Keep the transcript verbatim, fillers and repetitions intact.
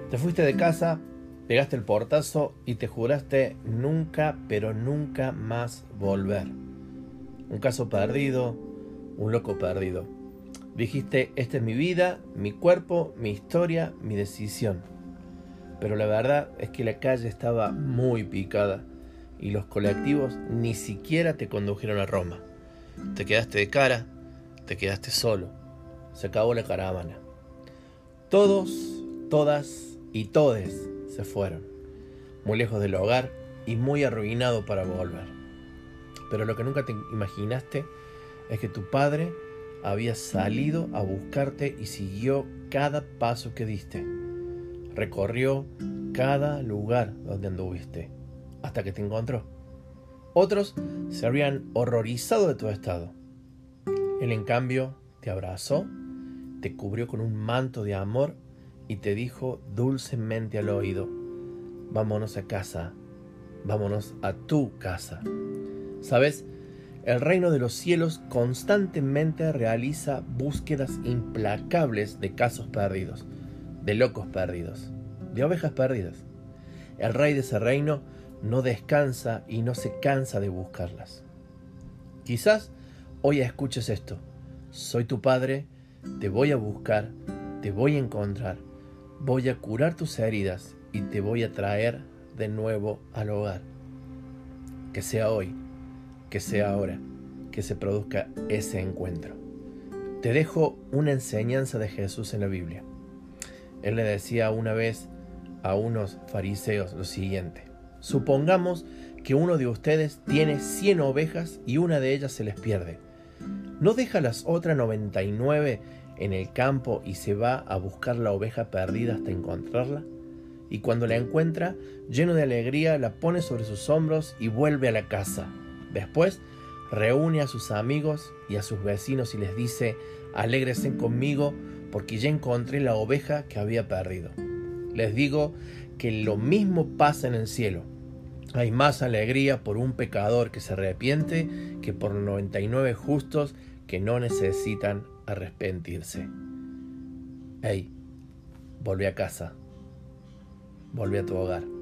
Te fuiste de casa, pegaste el portazo y te juraste nunca, pero nunca más volver. Un caso perdido, un loco perdido. Dijiste, esta es mi vida, mi cuerpo, mi historia, mi decisión. Pero la verdad es que la calle estaba muy picada y los colectivos ni siquiera te condujeron a Roma. Te quedaste de cara, te quedaste solo. Se acabó la caravana. Todos, todas y todes se fueron, muy lejos del hogar y muy arruinado para volver. Pero lo que nunca te imaginaste es que tu padre había salido a buscarte y siguió cada paso que diste. Recorrió cada lugar donde anduviste, hasta que te encontró. Otros se habrían horrorizado de tu estado. Él, en cambio, te abrazó, te cubrió con un manto de amor y te dijo dulcemente al oído: vámonos a casa, vámonos a tu casa. ¿Sabes? El reino de los cielos constantemente realiza búsquedas implacables de casos perdidos, de locos perdidos, de ovejas perdidas. El rey de ese reino no descansa y no se cansa de buscarlas. Quizás hoy escuches esto: soy tu padre, te voy a buscar, te voy a encontrar, voy a curar tus heridas y te voy a traer de nuevo al hogar. Que sea hoy, que sea ahora, que se produzca ese encuentro. Te dejo una enseñanza de Jesús en la Biblia. Él le decía una vez a unos fariseos lo siguiente: supongamos que uno de ustedes tiene cien ovejas y una de ellas se les pierde. ¿No deja las otras noventa y nueve en el campo y se va a buscar la oveja perdida hasta encontrarla? Y cuando la encuentra, lleno de alegría, la pone sobre sus hombros y vuelve a la casa. Después, reúne a sus amigos y a sus vecinos y les dice: alégrense conmigo porque ya encontré la oveja que había perdido. Les digo que lo mismo pasa en el cielo. Hay más alegría por un pecador que se arrepiente que por noventa y nueve justos que no necesitan arrepentirse. Hey, volvé a casa. Volvé a tu hogar.